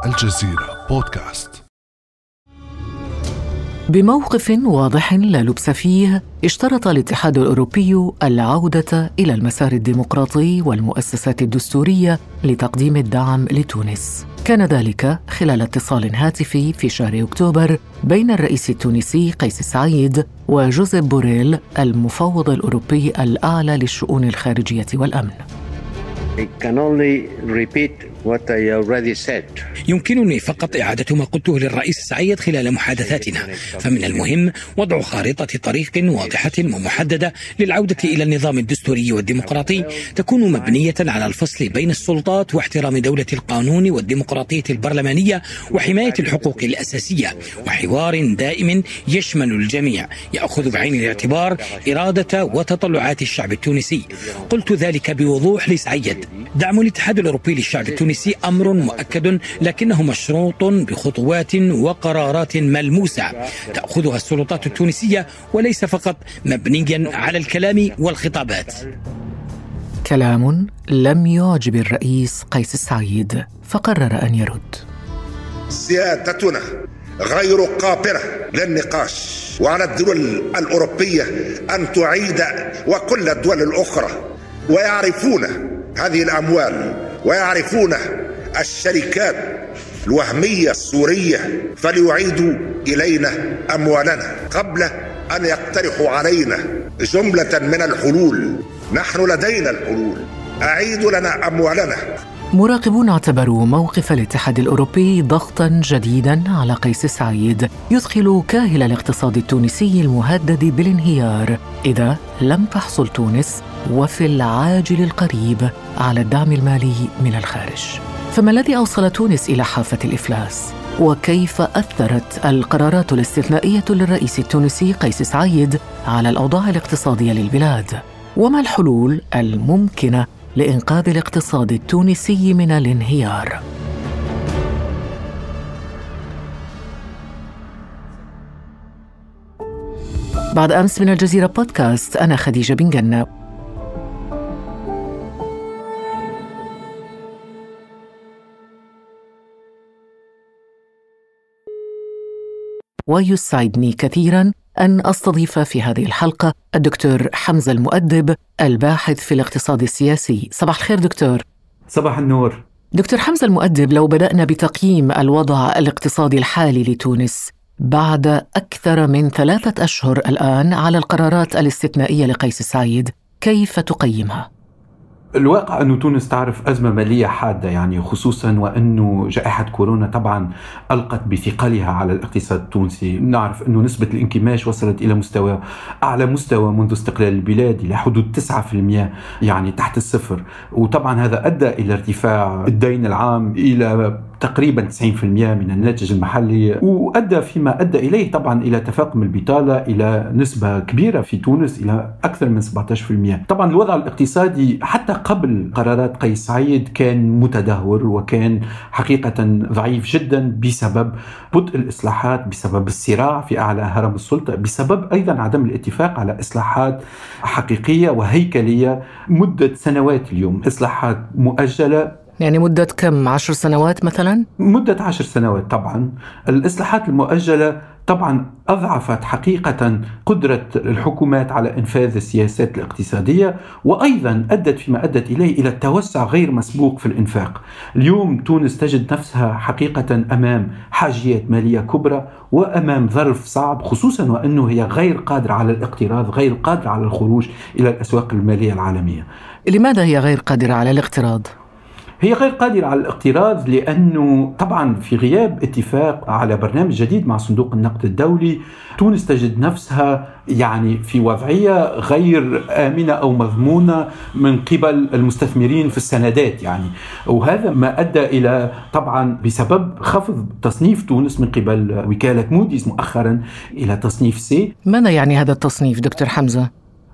الجزيرة بودكاست. بموقف واضح لا لبس فيه، اشترط الاتحاد الأوروبي العودة إلى المسار الديمقراطي والمؤسسات الدستورية لتقديم الدعم لتونس. كان ذلك خلال اتصال هاتفي في شهر أكتوبر بين الرئيس التونسي قيس سعيد وجوزيف بوريل المفوض الأوروبي الأعلى للشؤون الخارجية والأمن. يمكنني فقط إعادة ما قلته للرئيس سعيد خلال محادثاتنا، فمن المهم وضع خارطة طريق واضحة ومحددة للعودة إلى النظام الدستوري والديمقراطي تكون مبنية على الفصل بين السلطات واحترام دولة القانون والديمقراطية البرلمانية وحماية الحقوق الأساسية، وحوار دائم يشمل الجميع يأخذ بعين الاعتبار إرادة وتطلعات الشعب التونسي. قلت ذلك بوضوح لسعيد. دعم الاتحاد الأوروبي للشعب التونسي أمر مؤكد، لكنه مشروط بخطوات وقرارات ملموسة تأخذها السلطات التونسية، وليس فقط مبنيا على الكلام والخطابات. كلام لم يعجب الرئيس قيس سعيد، فقرر أن يرد. سيادتنا غير قابلة للنقاش، وعلى الدول الأوروبية أن تعيد وكل الدول الأخرى، ويعرفون هذه الأموال ويعرفون الشركات الوهمية السورية، فليعيدوا إلينا أموالنا قبل أن يقترحوا علينا جملة من الحلول. نحن لدينا الحلول، أعيدوا لنا أموالنا. مراقبون اعتبروا موقف الاتحاد الأوروبي ضغطاً جديداً على قيس سعيد يدخل كاهل الاقتصاد التونسي المهدد بالانهيار إذا لم تحصل تونس وفي العاجل القريب على الدعم المالي من الخارج. فما الذي أوصل تونس إلى حافة الإفلاس؟ وكيف أثرت القرارات الاستثنائية للرئيس التونسي قيس سعيد على الأوضاع الاقتصادية للبلاد؟ وما الحلول الممكنة لإنقاذ الاقتصاد التونسي من الانهيار؟ بعد أمس من الجزيرة بودكاست، أنا خديجة بن جنة. ويسعدني كثيراً أن أستضيف في هذه الحلقة الدكتور حمزة المؤدب، الباحث في الاقتصاد السياسي. صباح الخير دكتور. صباح النور. دكتور حمزة المؤدب، لو بدأنا بتقييم الوضع الاقتصادي الحالي لتونس بعد أكثر من 3 أشهر الآن على القرارات الاستثنائية لقيس سعيد، كيف تقيمها؟ الواقع أنه تونس تعرف أزمة مالية حادة، يعني خصوصا وأنه جائحة كورونا طبعا ألقت بثقلها على الاقتصاد التونسي. نعرف أنه نسبة الانكماش وصلت إلى أعلى مستوى منذ استقلال البلاد، إلى حدود 9%، يعني تحت الصفر. وطبعا هذا أدى إلى ارتفاع الدين العام إلى تقريبا 90% من الناتج المحلي، وأدى فيما أدى إليه طبعا إلى تفاقم البطالة إلى نسبة كبيرة في تونس، إلى أكثر من 17%. طبعا الوضع الاقتصادي حتى قبل قرارات قيس سعيد كان متدهور، وكان حقيقة ضعيف جدا بسبب بطء الإصلاحات، بسبب الصراع في أعلى هرم السلطة، بسبب أيضا عدم الاتفاق على إصلاحات حقيقية وهيكلية مدة سنوات. اليوم إصلاحات مؤجلة، يعني مدة كم؟ 10 سنوات مثلا؟ مدة 10 سنوات. طبعا الإصلاحات المؤجلة طبعا أضعفت حقيقة قدرة الحكومات على إنفاذ السياسات الاقتصادية، وأيضا أدت فيما أدت إليه إلى التوسع غير مسبوق في الإنفاق. اليوم تونس تجد نفسها حقيقة أمام حاجيات مالية كبرى وأمام ظرف صعب، خصوصا وأنه هي غير قادرة على الاقتراض، غير قادرة على الخروج إلى الأسواق المالية العالمية. لماذا هي غير قادرة على الاقتراض؟ هي غير قادرة على الاقتراض لأنه طبعا في غياب اتفاق على برنامج جديد مع صندوق النقد الدولي، تونس تجد نفسها يعني في وضعية غير آمنة أو مضمونة من قبل المستثمرين في السندات يعني. وهذا ما أدى إلى طبعا بسبب خفض تصنيف تونس من قبل وكالة موديز مؤخرا إلى تصنيف سي. ماذا يعني هذا التصنيف دكتور حمزة؟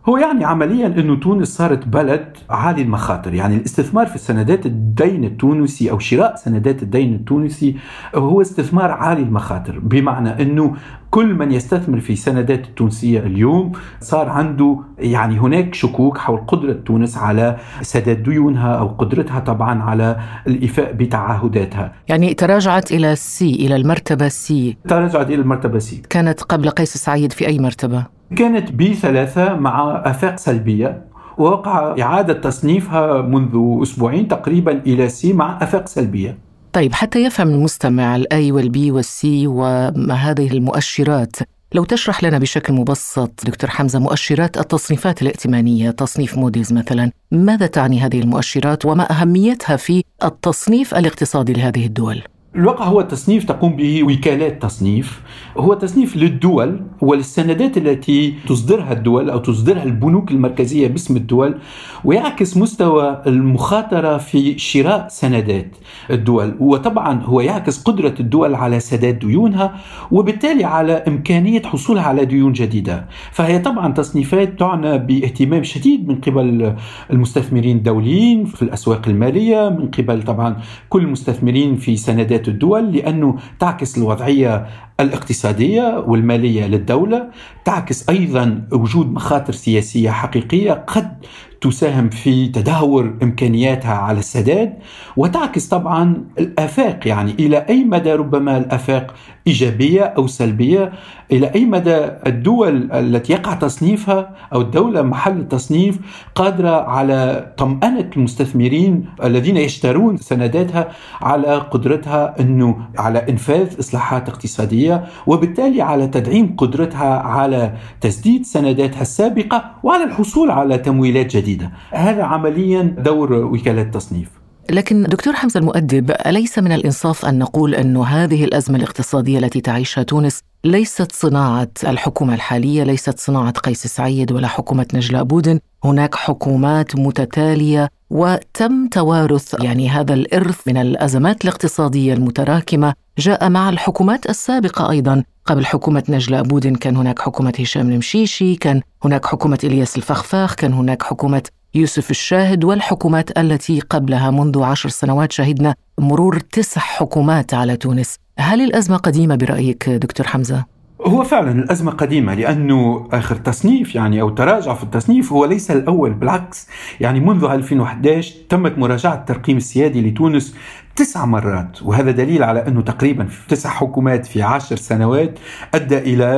هو يعني عمليا أنه تونس صارت بلد عالي المخاطر. يعني الاستثمار في سندات الدين التونسي أو شراء سندات الدين التونسي هو استثمار عالي المخاطر، بمعنى أنه كل من يستثمر في سندات التونسية اليوم صار عنده يعني هناك شكوك حول قدرة تونس على سداد ديونها أو قدرتها طبعا على الإيفاء بتعهداتها. يعني تراجعت إلى السي، إلى المرتبة سي. تراجعت إلى المرتبة سي. كانت قبل قيس سعيد في أي مرتبة؟ كانت B3 مع آفاق سلبية، ووقع إعادة تصنيفها منذ أسبوعين تقريبا إلى سي مع آفاق سلبية. طيب، حتى يفهم المستمع الأي والبي والسي وهذه المؤشرات، لو تشرح لنا بشكل مبسط دكتور حمزة مؤشرات التصنيفات الائتمانية، تصنيف موديز مثلا، ماذا تعني هذه المؤشرات وما أهميتها في التصنيف الاقتصادي لهذه الدول؟ الواقع هو تصنيف تقوم به وكالات تصنيف، هو تصنيف للدول وللسندات التي تصدرها الدول أو تصدرها البنوك المركزية باسم الدول، ويعكس مستوى المخاطرة في شراء سندات الدول، وطبعا هو يعكس قدرة الدول على سداد ديونها وبالتالي على إمكانية حصولها على ديون جديدة. فهي طبعا تصنيفات تعنى باهتمام شديد من قبل المستثمرين الدوليين في الأسواق المالية، من قبل طبعا كل المستثمرين في سندات الدول، لأنه تعكس الوضعية الاقتصادية والمالية للدولة، تعكس أيضا وجود مخاطر سياسية حقيقية قد تساهم في تدهور إمكانياتها على السداد، وتعكس طبعا الآفاق، يعني إلى أي مدى ربما الآفاق إيجابية أو سلبية، إلى أي مدى الدول التي يقع تصنيفها أو الدولة محل التصنيف قادرة على طمأنة المستثمرين الذين يشترون سنداتها على قدرتها أنه على إنفاذ إصلاحات اقتصادية، وبالتالي على تدعيم قدرتها على تسديد سنداتها السابقة وعلى الحصول على تمويلات جديدة. هذا عمليا دور وكالات التصنيف. لكن دكتور حمزة المؤدب، أليس من الإنصاف أن نقول أن هذه الأزمة الاقتصادية التي تعيشها تونس ليست صناعة الحكومة الحالية، ليست صناعة قيس سعيد ولا حكومة نجلاء بودن؟ هناك حكومات متتالية وتم توارث يعني هذا الإرث من الأزمات الاقتصادية المتراكمة جاء مع الحكومات السابقة أيضا. قبل حكومة نجلاء بودن كان هناك حكومة هشام المشيشي، كان هناك حكومة إلياس الفخفاخ، كان هناك حكومة يوسف الشاهد، والحكومات التي قبلها منذ 10 سنوات شهدنا مرور 9 حكومات على تونس. هل الأزمة قديمة برأيك دكتور حمزة؟ هو فعلا الأزمة قديمة، لأنه آخر تصنيف يعني أو تراجع في التصنيف هو ليس الأول، بالعكس. يعني منذ 2011 تمت مراجعة الترقيم السيادي لتونس 9 مرات، وهذا دليل على أنه تقريبا 9 حكومات في 10 سنوات أدى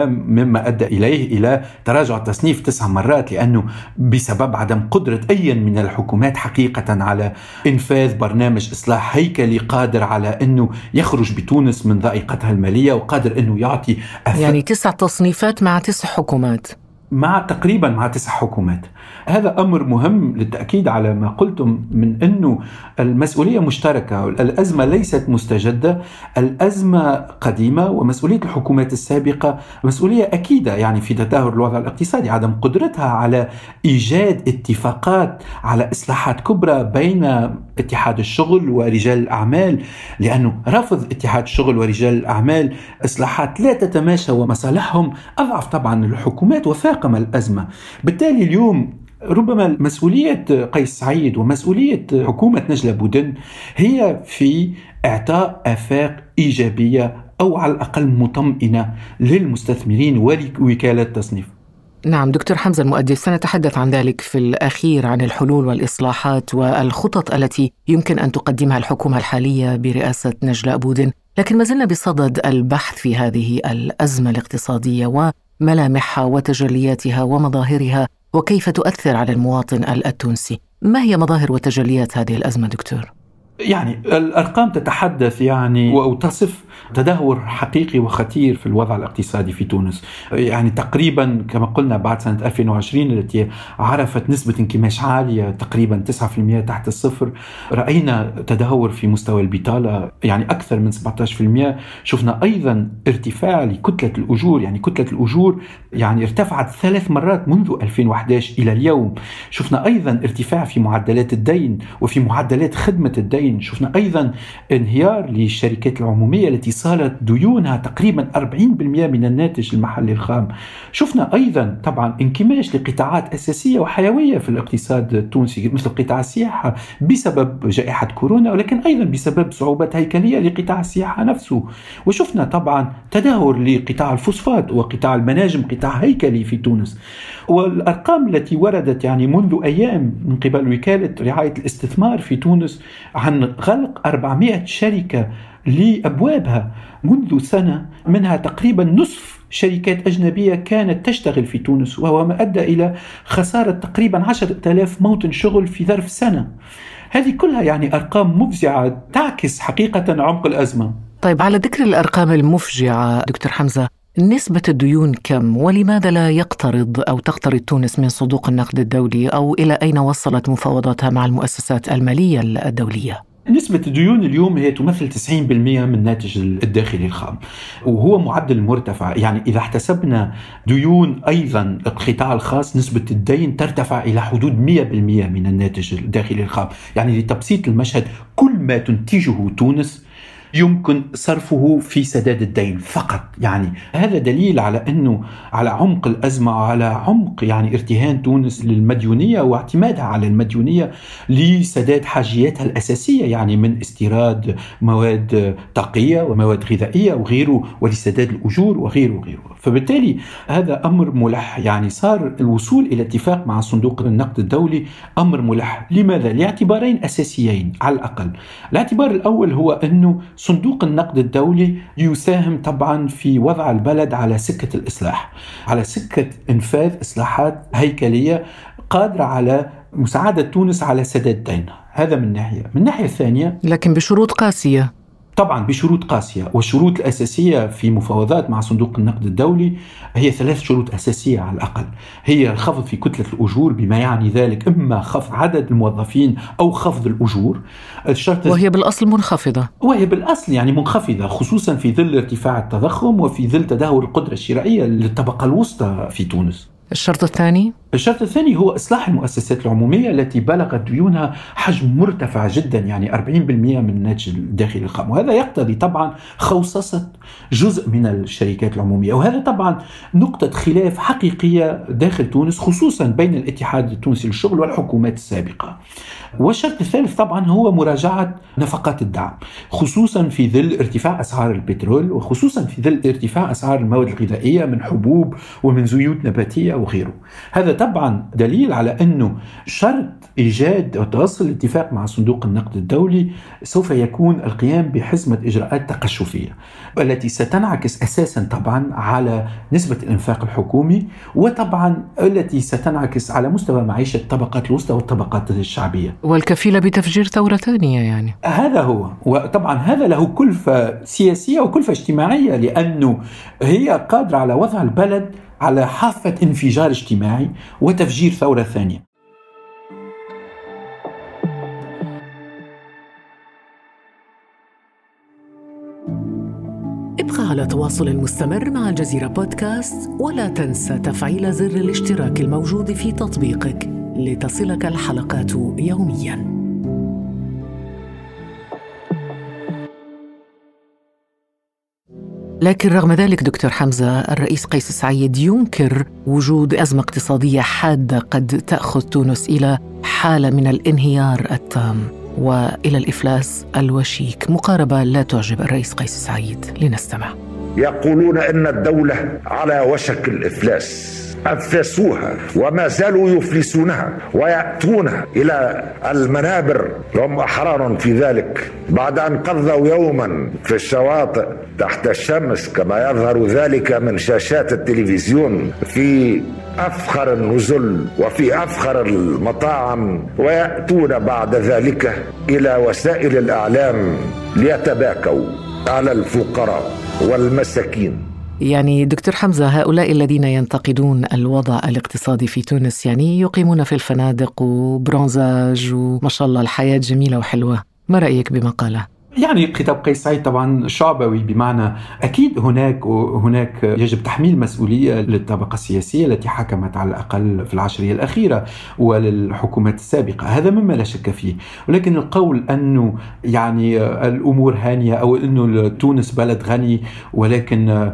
إليه إلى تراجع التصنيف 9 مرات، لأنه بسبب عدم قدرة أي من الحكومات حقيقة على إنفاذ برنامج إصلاح هيكلي قادر على أنه يخرج بتونس من ضائقتها المالية وقادر أنه يعطي يعني 9 تصنيفات مع 9 حكومات، تقريبا مع 9 حكومات. هذا أمر مهم للتأكيد على ما قلتم من أنه المسؤولية مشتركة، الأزمة ليست مستجدة، الأزمة قديمة، ومسؤولية الحكومات السابقة مسؤولية أكيدة يعني في تدهور الوضع الاقتصادي، عدم قدرتها على إيجاد اتفاقات على إصلاحات كبرى بين اتحاد الشغل ورجال الأعمال، لأنه رفض اتحاد الشغل ورجال الأعمال إصلاحات لا تتماشى ومصالحهم أضعف طبعا الحكومات وفاقم الأزمة. بالتالي اليوم ربما مسؤولية قيس سعيد ومسؤولية حكومة نجلاء بودن هي في إعطاء آفاق إيجابية أو على الأقل مطمئنة للمستثمرين ووكالات التصنيف. نعم دكتور حمزة المؤدب، سنتحدث عن ذلك في الأخير، عن الحلول والإصلاحات والخطط التي يمكن أن تقدمها الحكومة الحالية برئاسة نجلاء بودن. لكن ما زلنا بصدد البحث في هذه الأزمة الاقتصادية وملامحها وتجلياتها ومظاهرها وكيف تؤثر على المواطن التونسي. ما هي مظاهر وتجليات هذه الأزمة دكتور؟ يعني الأرقام تتحدث يعني وتصف تدهور حقيقي وخطير في الوضع الاقتصادي في تونس. يعني تقريبا كما قلنا بعد سنة 2020 التي عرفت نسبة انكماش عالية تقريبا 9% تحت الصفر، رأينا تدهور في مستوى البطالة يعني أكثر من 17%. شفنا أيضا ارتفاع لكتلة الأجور، يعني كتلة الأجور يعني ارتفعت 3 مرات منذ 2011 إلى اليوم. شفنا أيضا ارتفاع في معدلات الدين وفي معدلات خدمة الدين. الدين. شفنا أيضا انهيار للشركات العمومية التي صارت ديونها تقريبا 40% من الناتج المحلي الخام. شفنا أيضا طبعا انكماش لقطاعات أساسية وحيوية في الاقتصاد التونسي مثل قطاع السياحة بسبب جائحة كورونا، ولكن أيضا بسبب صعوبات هيكلية لقطاع السياحة نفسه. وشفنا طبعا تدهور لقطاع الفوسفات وقطاع المناجم، قطاع هيكلي في تونس. والأرقام التي وردت يعني منذ أيام من قبل وكالة رعاية الاستثمار في تونس عن غلق 400 شركة لأبوابها منذ سنة، منها تقريبا نصف شركات أجنبية كانت تشتغل في تونس، وهو ما أدى إلى خسارة تقريبا 10,000 موطن شغل في ظرف سنة. هذه كلها يعني أرقام مفزعة تعكس حقيقة عمق الأزمة. طيب، على ذكر الأرقام المفجعة دكتور حمزة، نسبة الديون كم؟ ولماذا لا يقترض أو تقترض تونس من صندوق النقد الدولي؟ أو إلى أين وصلت مفاوضاتها مع المؤسسات المالية الدولية؟ نسبة الديون اليوم هي تمثل 90% من الناتج الداخلي الخام، وهو معدل مرتفع. يعني إذا احتسبنا ديون أيضا القطاع الخاص، نسبة الدين ترتفع إلى حدود 100% من الناتج الداخلي الخام. يعني لتبسيط المشهد، كل ما تنتجه تونس يمكن صرفه في سداد الدين فقط. يعني هذا دليل على عمق الأزمة، على عمق يعني ارتهان تونس للمديونية واعتمادها على المديونية لسداد حاجياتها الأساسية، يعني من استيراد مواد طاقية ومواد غذائية وغيره، ولسداد الأجور وغيره. فبالتالي هذا أمر ملح. يعني صار الوصول إلى اتفاق مع صندوق النقد الدولي أمر ملح. لماذا؟ لاعتبارين أساسيين على الأقل. الاعتبار الأول هو أنه صندوق النقد الدولي يساهم طبعا في وضع البلد على سكة الإصلاح، على سكة إنفاذ إصلاحات هيكلية قادرة على مساعدة تونس على سداد دينها. هذا من ناحية. من ناحية ثانية، لكن بشروط قاسية. طبعا بشروط قاسية. والشروط الأساسية في مفاوضات مع صندوق النقد الدولي هي 3 شروط أساسية على الأقل. هي الخفض في كتلة الأجور، بما يعني ذلك إما خفض عدد الموظفين أو خفض الأجور. وهي بالأصل منخفضة. وهي بالأصل يعني منخفضة، خصوصا في ظل ارتفاع التضخم وفي ظل تدهور القدرة الشرائية للطبقة الوسطى في تونس. الشرط الثاني هو إصلاح المؤسسات العمومية التي بلغت ديونها حجم مرتفع جدا، يعني 40% من الناتج الداخلي الخام. وهذا يقتضي طبعا خوصصة جزء من الشركات العمومية، وهذا طبعا نقطة خلاف حقيقية داخل تونس، خصوصا بين الاتحاد التونسي للشغل والحكومات السابقة. والشرط الثالث طبعا هو مراجعة نفقات الدعم، خصوصا في ظل ارتفاع أسعار البترول، وخصوصا في ظل ارتفاع أسعار المواد الغذائية من حبوب ومن زيوت نباتية وغيره. هذا طبعا دليل على أنه شرط إيجاد وتوصل الاتفاق مع صندوق النقد الدولي سوف يكون القيام بحزمة إجراءات تقشفية، التي ستنعكس أساسا طبعا على نسبة الإنفاق الحكومي، وطبعا التي ستنعكس على مستوى معيشة الطبقات الوسطى والطبقات الشعبية، والكفيلة بتفجير ثورة ثانية. يعني هذا هو. وطبعا هذا له كلفة سياسية وكلفة اجتماعية، لأنه هي قادرة على وضع البلد على حافة انفجار اجتماعي وتفجير ثورة ثانية. ابقى على تواصل مستمر مع الجزيرة بودكاست، ولا تنسى تفعيل زر الاشتراك الموجود في تطبيقك لتصلك الحلقات يومياً. لكن رغم ذلك دكتور حمزة، الرئيس قيس سعيد ينكر وجود أزمة اقتصادية حادة قد تأخذ تونس إلى حالة من الانهيار التام وإلى الإفلاس الوشيك. مقاربة لا تعجب الرئيس قيس سعيد، لنستمع. يقولون إن الدولة على وشك الإفلاس، أفلسوها وما زالوا يفلسونها ويأتون إلى المنابر وهم أحرار في ذلك، بعد أن قضوا يوما في الشواطئ تحت الشمس كما يظهر ذلك من شاشات التلفزيون في أفخر النزل وفي أفخر المطاعم، ويأتون بعد ذلك إلى وسائل الإعلام ليتباكوا على الفقراء والمساكين. يعني دكتور حمزة، هؤلاء الذين ينتقدون الوضع الاقتصادي في تونس يعني يقيمون في الفنادق وبرونزاج وما شاء الله الحياة جميلة وحلوة، ما رأيك بما قاله؟ يعني خطاب قيس سعيد طبعا شعبوي، بمعنى أكيد هناك يجب تحميل مسؤولية للطبقة السياسية التي حكمت على الأقل في العشرية الأخيرة وللحكومات السابقة، هذا مما لا شك فيه. ولكن القول أنه يعني الأمور هانية أو أنه تونس بلد غني ولكن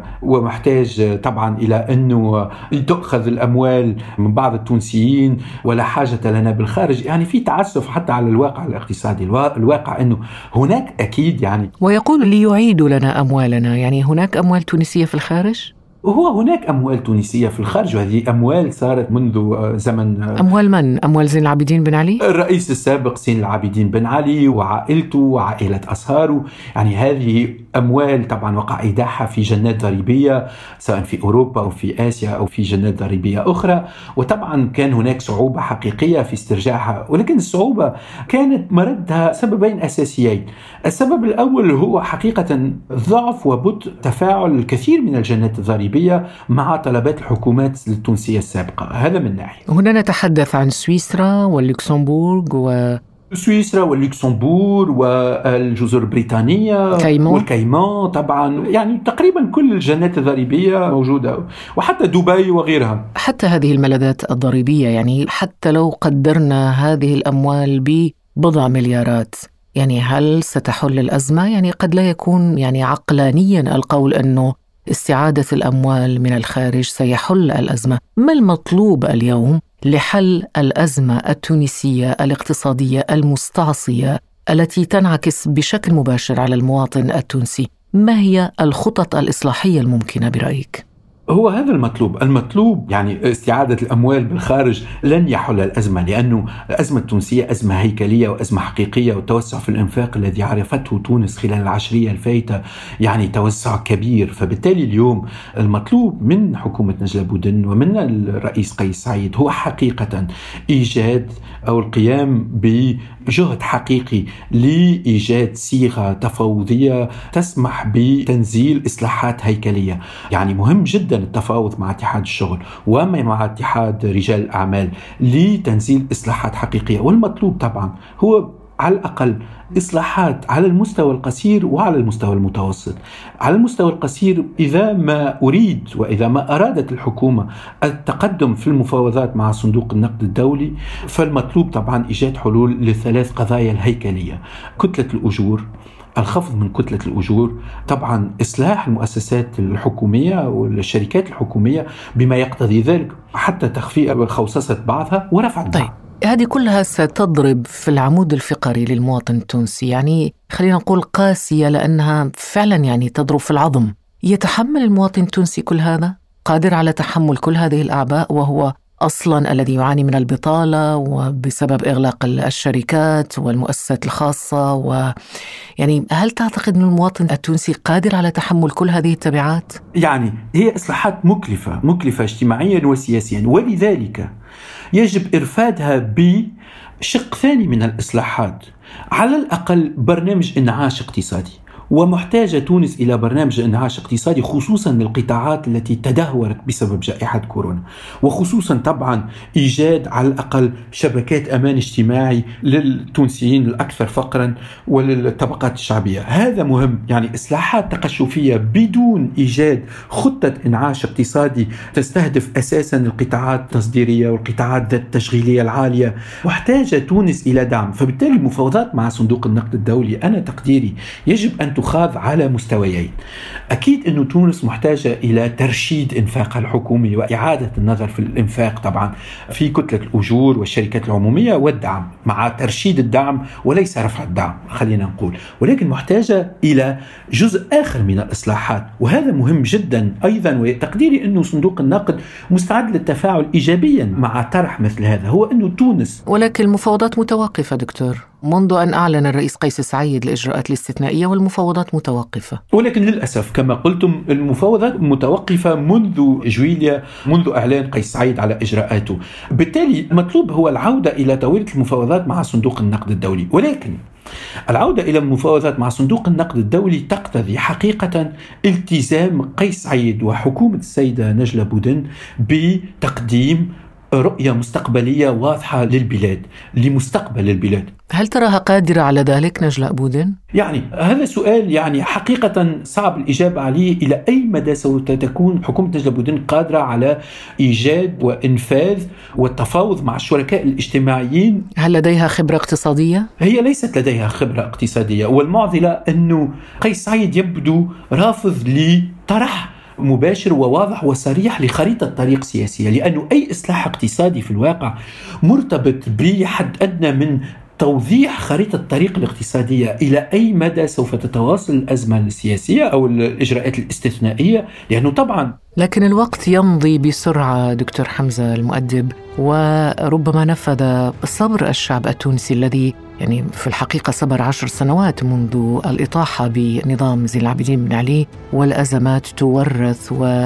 ومحتاج طبعا إلى أنه تأخذ الأموال من بعض التونسيين ولا حاجة لنا بالخارج، يعني في تعسف حتى على الواقع الاقتصادي. الواقع أنه هناك أكيد يعني، ويقول ليعيدوا لنا أموالنا، يعني هناك أموال تونسية في الخارج؟ هناك أموال تونسية في الخارج، وهذه أموال صارت منذ زمن. أموال من؟ أموال زين العابدين بن علي؟ الرئيس السابق زين العابدين بن علي وعائلته وعائلة أصهاره. يعني هذه أموال طبعا وقع إيداعها في جنات ضريبية سواء في أوروبا أو في آسيا أو في جنات ضريبية أخرى، وطبعا كان هناك صعوبة حقيقية في استرجاعها. ولكن الصعوبة كانت مردها سببين أساسيين. السبب الأول هو حقيقة ضعف وبطء تفاعل الكثير من الجنات الضريبية مع طلبات الحكومات التونسية السابقة، هذا من ناحية. هنا نتحدث عن سويسرا واللوكسمبورغ سويسرا واللوكسمبورغ والجزر البريطانية والكيمان طبعا، يعني تقريبا كل الجنات الضريبية موجودة، وحتى دبي وغيرها. حتى هذه الملاذات الضريبية، يعني حتى لو قدرنا هذه الأموال ببضع مليارات، يعني هل ستحل الأزمة؟ يعني قد لا يكون يعني عقلانيا القول أنه استعادة الأموال من الخارج سيحل الأزمة. ما المطلوب اليوم لحل الأزمة التونسية الاقتصادية المستعصية التي تنعكس بشكل مباشر على المواطن التونسي؟ ما هي الخطط الإصلاحية الممكنة برأيك؟ هو هذا المطلوب يعني استعادة الأموال بالخارج لن يحل الأزمة، لأنه الأزمة التونسية أزمة هيكلية وأزمة حقيقية، والتوسع في الإنفاق الذي عرفته تونس خلال العشرية الفائتة يعني توسع كبير. فبالتالي اليوم المطلوب من حكومة نجلة بودن ومن الرئيس قيس سعيد هو حقيقة إيجاد أو القيام بجهد حقيقي لإيجاد صيغة تفاوضية تسمح بتنزيل إصلاحات هيكلية. يعني مهم جدا التفاوض مع اتحاد الشغل ومع اتحاد رجال الأعمال لتنزيل إصلاحات حقيقية. والمطلوب طبعا هو على الأقل إصلاحات على المستوى القصير وعلى المستوى المتوسط. على المستوى القصير، إذا ما أريد وإذا ما أرادت الحكومة التقدم في المفاوضات مع صندوق النقد الدولي، فالمطلوب طبعا إيجاد حلول للثلاث قضايا الهيكلية: كتلة الأجور، الخفض من كتلة الأجور، طبعا إصلاح المؤسسات الحكومية والشركات الحكومية بما يقتضي ذلك حتى تخفيف خوصصة بعضها، ورفع الدعم. طيب، هذه كلها ستضرب في العمود الفقري للمواطن التونسي، يعني خلينا نقول قاسية لأنها فعلا يعني تضرب في العظم. يتحمل المواطن التونسي كل هذا؟ قادر على تحمل كل هذه الأعباء وهو أصلا الذي يعاني من البطالة وبسبب إغلاق الشركات والمؤسسات الخاصة؟ ويعني هل تعتقد أن المواطن التونسي قادر على تحمل كل هذه التبعات؟ يعني هي إصلاحات مكلفة اجتماعيا وسياسيا، ولذلك يجب إرفادها بشق ثاني من الإصلاحات، على الأقل برنامج إنعاش اقتصادي. ومحتاجة تونس إلى برنامج إنعاش اقتصادي، خصوصا للقطاعات التي تدهورت بسبب جائحة كورونا، وخصوصا طبعا إيجاد على الأقل شبكات أمان اجتماعي للتونسيين الأكثر فقرا وللطبقات الشعبية. هذا مهم، يعني إصلاحات تقشفية بدون إيجاد خطة إنعاش اقتصادي تستهدف أساسا القطاعات التصديرية والقطاعات ذات التشغيلية العالية. محتاجة تونس إلى دعم. فبالتالي المفاوضات مع صندوق النقد الدولي أنا تقديري يجب أن تخاض على مستويين. أكيد أن تونس محتاجة إلى ترشيد إنفاقها الحكومي وإعادة النظر في الإنفاق طبعا في كتلة الأجور والشركات العمومية والدعم، مع ترشيد الدعم وليس رفع الدعم خلينا نقول. ولكن محتاجة إلى جزء آخر من الإصلاحات، وهذا مهم جدا أيضا. وتقديري أنه صندوق النقد مستعد للتفاعل إيجابيا مع طرح مثل هذا، هو أنه تونس. ولكن المفاوضات متوقفة دكتور منذ أن أعلن الرئيس قيس سعيد الإجراءات الاستثنائية، والمفاوضات متوقفة. ولكن للأسف كما قلتم المفاوضات متوقفة منذ جويليا، منذ إعلان قيس سعيد على إجراءاته. بالتالي المطلوب هو العودة إلى طاولة المفاوضات مع صندوق النقد الدولي. ولكن العودة إلى المفاوضات مع صندوق النقد الدولي تقتضي حقيقة التزام قيس سعيد وحكومة السيدة نجلة بودن بتقديم رؤية مستقبلية واضحة للبلاد، لمستقبل البلاد. هل تراها قادرة على ذلك نجلاء بودن؟ يعني هذا سؤال يعني حقيقة صعب الإجابة عليه. إلى أي مدى سوف تكون حكومة نجلاء بودن قادرة على إيجاد وإنفاذ والتفاوض مع الشركاء الاجتماعيين؟ هل لديها خبرة اقتصادية؟ هي ليست لديها خبرة اقتصادية، والمعضلة أنه قيس سعيد يبدو رافض لطرح مباشر وواضح وصريح لخريطة طريق سياسية، لأنه أي إصلاح اقتصادي في الواقع مرتبط بحد أدنى من توضيح خريطة الطريق الاقتصادية. إلى أي مدى سوف تتواصل الأزمة السياسية أو الإجراءات الاستثنائية، لأنه طبعا لكن الوقت يمضي بسرعة دكتور حمزة المؤدب، وربما نفذ صبر الشعب التونسي الذي يعني في الحقيقة صبر 10 سنوات منذ الإطاحة بنظام زين العابدين بن علي، والأزمات تورث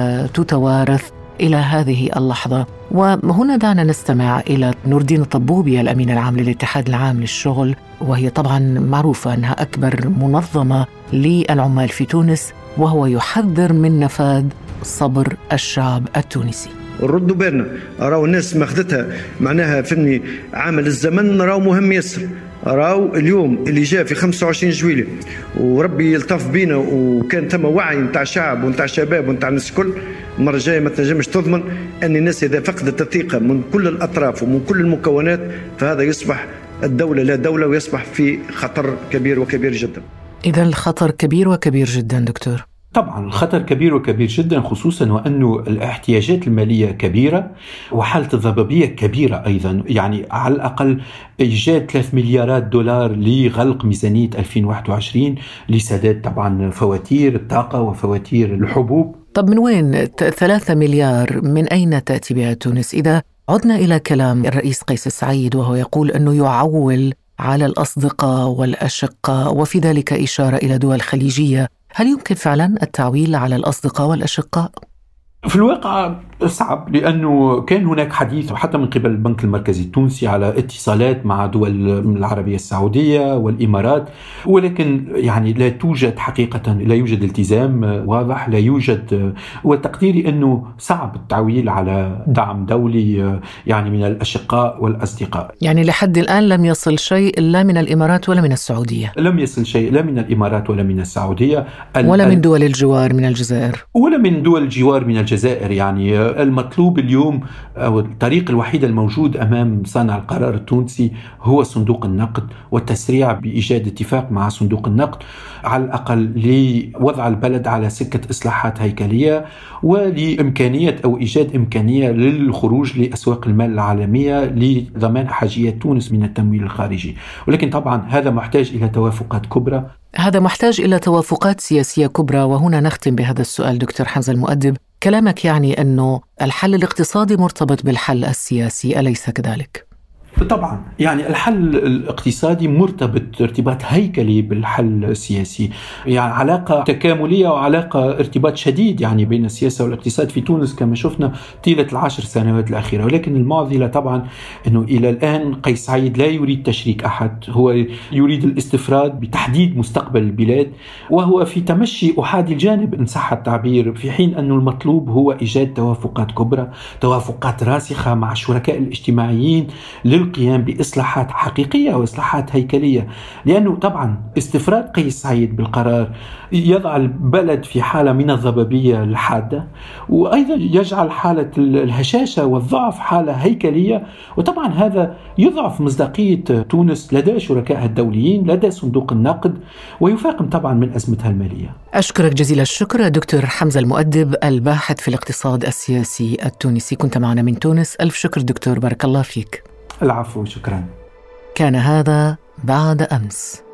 وتتوارث إلى هذه اللحظة. وهنا دعنا نستمع إلى نور الدين الطبوبي الأمين العام للاتحاد العام للشغل، وهي طبعا معروفة أنها أكبر منظمة للعمال في تونس، وهو يحذر من نفاذ صبر الشعب التونسي. ردوا بالنا، راو الناس ماخذتها معناها فهمني عامل الزمن، راو مهم يسر. راو اليوم اللي جاء في 25 جويلية وربي يلطف بينا وكان ثم وعي نتاع شعب ونتاع شباب ونتاع الناس الكل، المرة الجاية ما تنجمش تضمن أن الناس إذا فقدت الثقة من كل الأطراف ومن كل المكونات فهذا يصبح الدولة لا دولة ويصبح في خطر كبير وكبير جدا. إذا الخطر كبير وكبير جدا دكتور. طبعا الخطر كبير وكبير جدا، خصوصا وأنه الاحتياجات المالية كبيرة وحالة الضبابية كبيرة أيضا. يعني على الأقل إيجاد 3 مليارات دولار لغلق ميزانية 2021 لسداد طبعا فواتير الطاقة وفواتير الحبوب. طب من وين 3 مليار؟ من أين تأتي بها تونس؟ إذا عدنا إلى كلام الرئيس قيس سعيد وهو يقول أنه يعول على الأصدقاء والأشقاء، وفي ذلك إشارة إلى دول خليجية، هل يمكن فعلا التعويل على الأصدقاء والأشقاء؟ في الواقع صعب، لأنه كان هناك حديث حتى من قبل البنك المركزي التونسي على اتصالات مع دول العربية السعودية والإمارات، ولكن يعني لا توجد حقيقة، لا يوجد التزام واضح، لا يوجد. وتقديري أنه صعب التعويل على دعم دولي يعني من الأشقاء والأصدقاء. يعني لحد الآن لم يصل شيء لا من الإمارات ولا من السعودية؟ لم يصل شيء لا من الإمارات ولا من السعودية ولا من دول الجوار من الجزائر، ولا من دول الجوار من الجزائر. يعني المطلوب اليوم أو الطريق الوحيد الموجود أمام صانع القرار التونسي هو صندوق النقد، والتسريع بإيجاد اتفاق مع صندوق النقد على الأقل لوضع البلد على سكة إصلاحات هيكلية، ولإمكانية أو إيجاد إمكانية للخروج لأسواق المال العالمية لضمان حاجيات تونس من التمويل الخارجي. ولكن طبعا هذا محتاج إلى توافقات كبرى، هذا محتاج إلى توافقات سياسية كبرى. وهنا نختم بهذا السؤال دكتور حمزة المؤدب، كلامك يعني أنه الحل الاقتصادي مرتبط بالحل السياسي، أليس كذلك؟ طبعا يعني الحل الاقتصادي مرتبط ارتباط هيكلي بالحل السياسي، يعني علاقة تكاملية وعلاقة ارتباط شديد يعني بين السياسة والاقتصاد في تونس كما شفنا طيلة 10 سنوات الأخيرة. ولكن المعضلة طبعا أنه إلى الآن قيس سعيد لا يريد تشريك أحد، هو يريد الاستفراد بتحديد مستقبل البلاد، وهو في تمشي أحادي الجانب إن صح التعبير، في حين أنه المطلوب هو إيجاد توافقات كبرى، توافقات راسخة مع الشركاء الاجتماعيين للقيام بإصلاحات حقيقية وإصلاحات هيكلية. لأنه طبعا استفراد قيس سعيد بالقرار يضع البلد في حالة من الضبابية الحادة، وأيضا يجعل حالة الهشاشة والضعف حالة هيكلية، وطبعا هذا يضعف مصداقية تونس لدى شركائها الدوليين، لدى صندوق النقد، ويفاقم طبعا من أزمتها المالية. أشكرك جزيل الشكر دكتور حمزة المؤدب، الباحث في الاقتصاد السياسي التونسي، كنت معنا من تونس. ألف شكر دكتور، بارك الله فيك. العفو، شكرا. كان هذا بعد أمس.